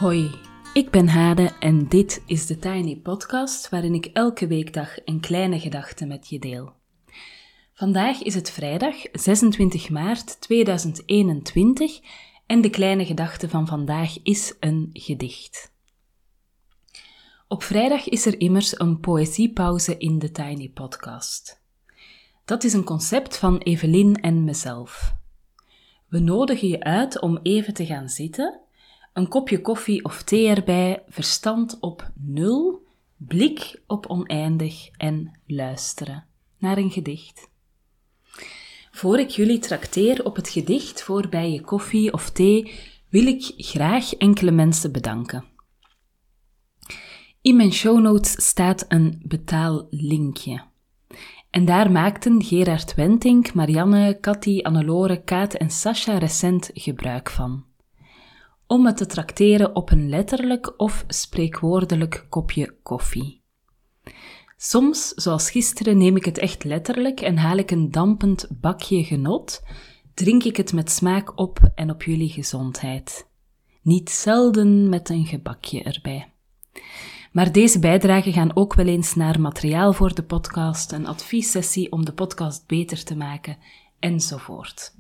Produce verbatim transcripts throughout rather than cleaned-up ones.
Hoi, ik ben Hade en dit is de Tiny Podcast waarin ik elke weekdag een kleine gedachte met je deel. Vandaag is het vrijdag zesentwintig maart tweeduizend eenentwintig en de kleine gedachte van vandaag is een gedicht. Op vrijdag is er immers een poëziepauze in de Tiny Podcast. Dat is een concept van Evelien en mezelf. We nodigen je uit om even te gaan zitten, een kopje koffie of thee erbij, verstand op nul, blik op oneindig en luisteren naar een gedicht. Voor ik jullie trakteer op het gedicht voor bij je koffie of thee, wil ik graag enkele mensen bedanken. In mijn show notes staat een betaallinkje. En daar maakten Gerard Wentink, Marianne, Cathy, Annelore, Kaat en Sascha recent gebruik van. Om me te trakteren op een letterlijk of spreekwoordelijk kopje koffie. Soms, zoals gisteren, neem ik het echt letterlijk en haal ik een dampend bakje genot, drink ik het met smaak op en op jullie gezondheid. Niet zelden met een gebakje erbij. Maar deze bijdragen gaan ook wel eens naar materiaal voor de podcast, een adviessessie om de podcast beter te maken, enzovoort.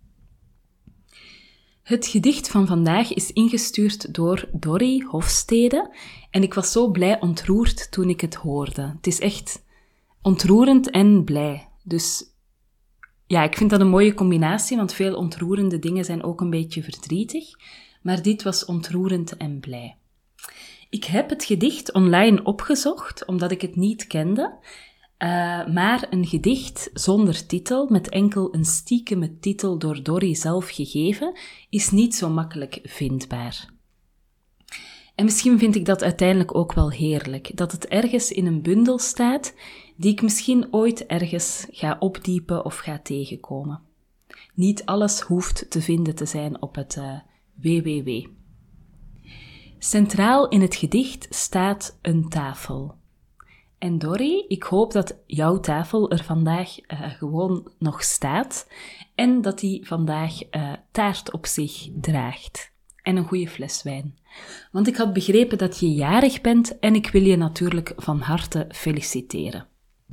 Het gedicht van vandaag is ingestuurd door Dorry Hofstede en ik was zo blij ontroerd toen ik het hoorde. Het is echt ontroerend en blij. Dus ja, ik vind dat een mooie combinatie, want veel ontroerende dingen zijn ook een beetje verdrietig, maar dit was ontroerend en blij. Ik heb het gedicht online opgezocht, omdat ik het niet kende, uh, maar een gedicht zonder titel, met enkel een stiekeme titel door Dorry zelf gegeven, is niet zo makkelijk vindbaar. En misschien vind ik dat uiteindelijk ook wel heerlijk, dat het ergens in een bundel staat, die ik misschien ooit ergens ga opdiepen of ga tegenkomen. Niet alles hoeft te vinden te zijn op het uh, www. Centraal in het gedicht staat een tafel. En Dorry, ik hoop dat jouw tafel er vandaag uh, gewoon nog staat en dat die vandaag uh, taart op zich draagt. En een goede fles wijn. Want ik had begrepen dat je jarig bent en ik wil je natuurlijk van harte feliciteren.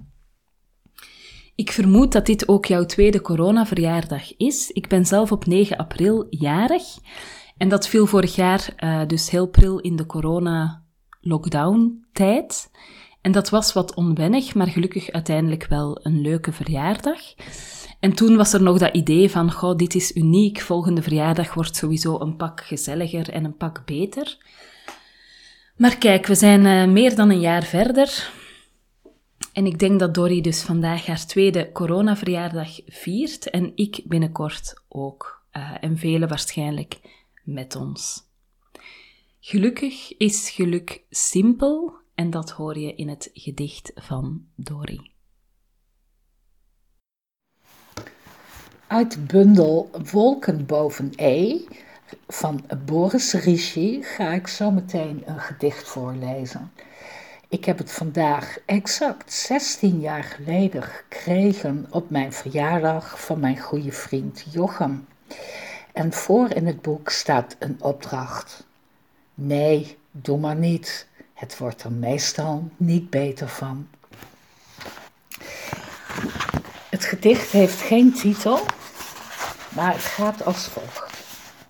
Ik vermoed dat dit ook jouw tweede coronaverjaardag is. Ik ben zelf op negen april jarig. En dat viel vorig jaar uh, dus heel pril in de corona-lockdown-tijd. En dat was wat onwennig, maar gelukkig uiteindelijk wel een leuke verjaardag. En toen was er nog dat idee van, goh, dit is uniek, volgende verjaardag wordt sowieso een pak gezelliger en een pak beter. Maar kijk, we zijn uh, meer dan een jaar verder. En ik denk dat Dorry dus vandaag haar tweede coronaverjaardag viert. En ik binnenkort ook. Uh, en velen waarschijnlijk met ons. Gelukkig is geluk simpel en dat hoor je in het gedicht van Dorry. Uit de bundel Wolken boven E van Boris Rishi ga ik zo meteen een gedicht voorlezen. Ik heb het vandaag exact zestien jaar geleden gekregen op mijn verjaardag van mijn goede vriend Jochem. En voor in het boek staat een opdracht. Nee, doe maar niet. Het wordt er meestal niet beter van. Het gedicht heeft geen titel, maar het gaat als volgt.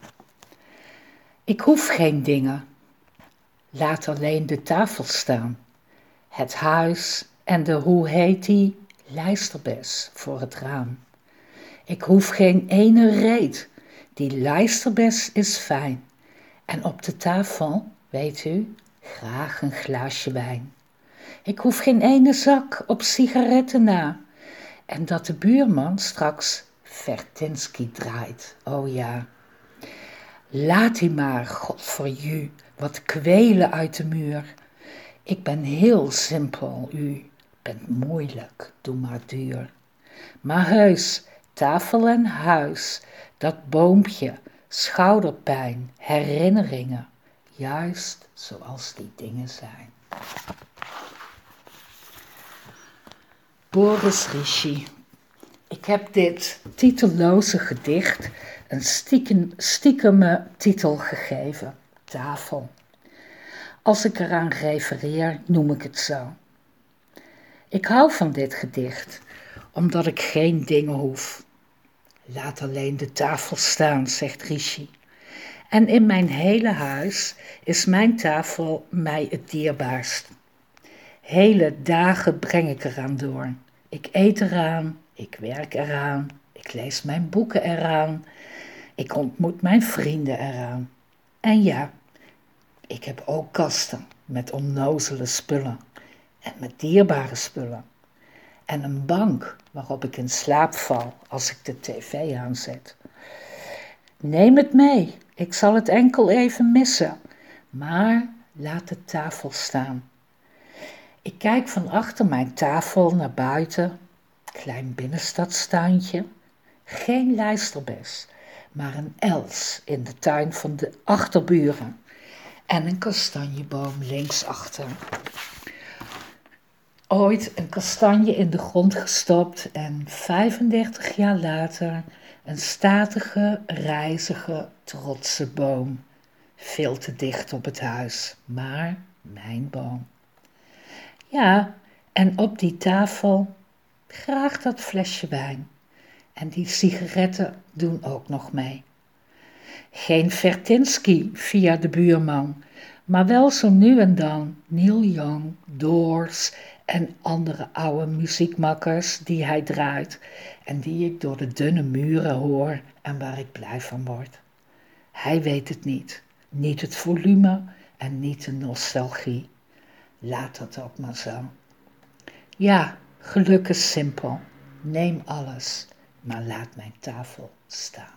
Ik hoef geen dingen. Laat alleen de tafel staan. Het huis en de, hoe heet die, lijsterbes voor het raam. Ik hoef geen ene reet. Die lijsterbes is fijn. En op de tafel, weet u, graag een glaasje wijn. Ik hoef geen ene zak op sigaretten na. En dat de buurman straks Vertinsky draait, oh ja. Laat die maar, God voor ju, wat kwelen uit de muur. Ik ben heel simpel, u bent moeilijk, doe maar duur. Maar heus, tafel en huis, dat boompje, schouderpijn, herinneringen, juist zoals die dingen zijn. Boris Rishi. Ik heb dit titelloze gedicht een stiekem, stiekeme titel gegeven. tafel. Als ik eraan refereer, noem ik het zo. Ik hou van dit gedicht, omdat ik geen dingen hoef. Laat alleen de tafel staan, zegt Rishi. En in mijn hele huis is mijn tafel mij het dierbaarst. Hele dagen breng ik eraan door. Ik eet eraan, ik werk eraan, ik lees mijn boeken eraan. Ik ontmoet mijn vrienden eraan. En ja, ik heb ook kasten met onnozele spullen en met dierbare spullen. En een bank waarop ik in slaap val als ik de tv aanzet. Neem het mee, ik zal het enkel even missen, maar laat de tafel staan. Ik kijk van achter mijn tafel naar buiten, klein binnenstadstuintje, geen lijsterbes, maar een els in de tuin van de achterburen en een kastanjeboom linksachter. Ooit een kastanje in de grond gestopt en vijfendertig jaar later een statige, rijzige, trotse boom. Veel te dicht op het huis, maar mijn boom. Ja, en op die tafel graag dat flesje wijn. En die sigaretten doen ook nog mee. Geen Vertinsky via de buurman, maar wel zo nu en dan Neil Young, Doors en andere oude muziekmakkers die hij draait en die ik door de dunne muren hoor en waar ik blij van word. Hij weet het niet, niet het volume en niet de nostalgie. Laat dat ook maar zo. Ja, geluk is simpel. Neem alles, maar laat mijn tafel staan.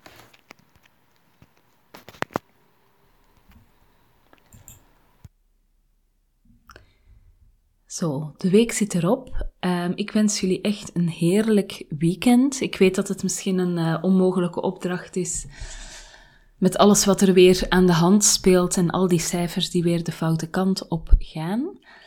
Zo, de week zit erop. Um, ik wens jullie echt een heerlijk weekend. Ik weet dat het misschien een uh, onmogelijke opdracht is met alles wat er weer aan de hand speelt en al die cijfers die weer de foute kant op gaan.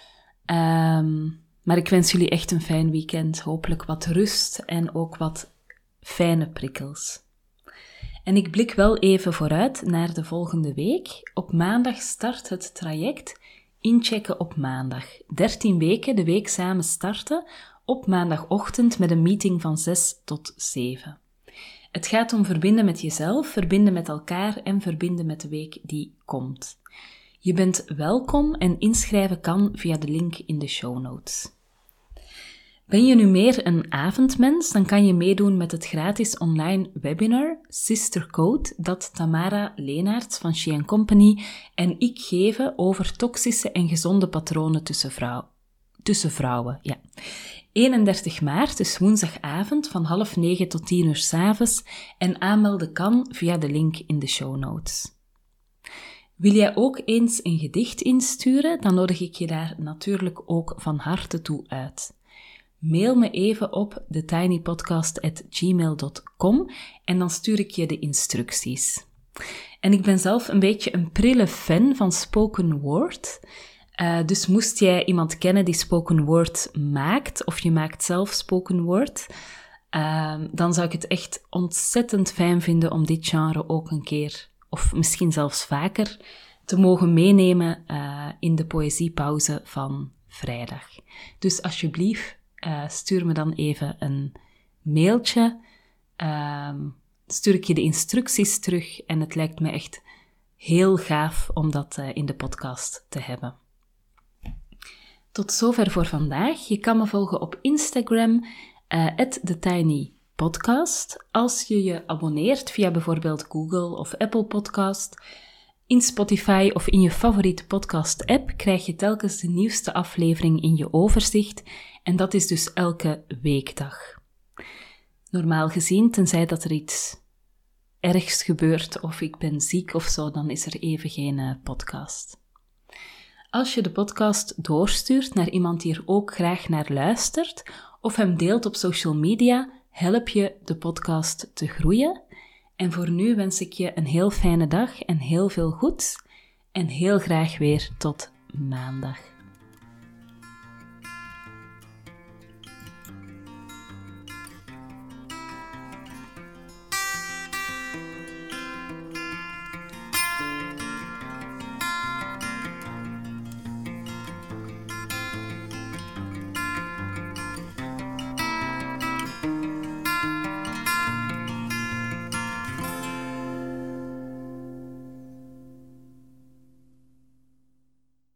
Um, maar ik wens jullie echt een fijn weekend. Hopelijk wat rust en ook wat fijne prikkels. En ik blik wel even vooruit naar de volgende week. Op maandag start het traject Inchecken op maandag. dertien weken de week samen starten op maandagochtend met een meeting van zes tot zeven. Het gaat om verbinden met jezelf, verbinden met elkaar en verbinden met de week die komt. Je bent welkom en inschrijven kan via de link in de show notes. Ben je nu meer een avondmens, dan kan je meedoen met het gratis online webinar Sister Code dat Tamara Leenaerts van She and Company en ik geven over toxische en gezonde patronen tussen, vrouw, tussen vrouwen. Ja. eenendertig maart, dus woensdagavond van half negen tot tien uur 's avonds en aanmelden kan via de link in de show notes. Wil jij ook eens een gedicht insturen, dan nodig ik je daar natuurlijk ook van harte toe uit. Mail me even op thetinypodcast at gmail dot com en dan stuur ik je de instructies. En ik ben zelf een beetje een prille fan van spoken word. Uh, dus moest jij iemand kennen die spoken word maakt, of je maakt zelf spoken word, uh, dan zou ik het echt ontzettend fijn vinden om dit genre ook een keer, of misschien zelfs vaker, te mogen meenemen uh, in de poëziepauze van vrijdag. Dus alsjeblieft, Uh, stuur me dan even een mailtje, uh, stuur ik je de instructies terug en het lijkt me echt heel gaaf om dat uh, in de podcast te hebben. Tot zover voor vandaag. Je kan me volgen op Instagram, uh, at thetinypodcast. Als je je abonneert via bijvoorbeeld Google of Apple Podcast, in Spotify of in je favoriete podcast-app krijg je telkens de nieuwste aflevering in je overzicht en dat is dus elke weekdag. Normaal gezien, tenzij dat er iets ergs gebeurt of ik ben ziek of zo, dan is er even geen uh, podcast. Als je de podcast doorstuurt naar iemand die er ook graag naar luistert of hem deelt op social media, help je de podcast te groeien. En voor nu wens ik je een heel fijne dag en heel veel goeds. En heel graag weer tot maandag.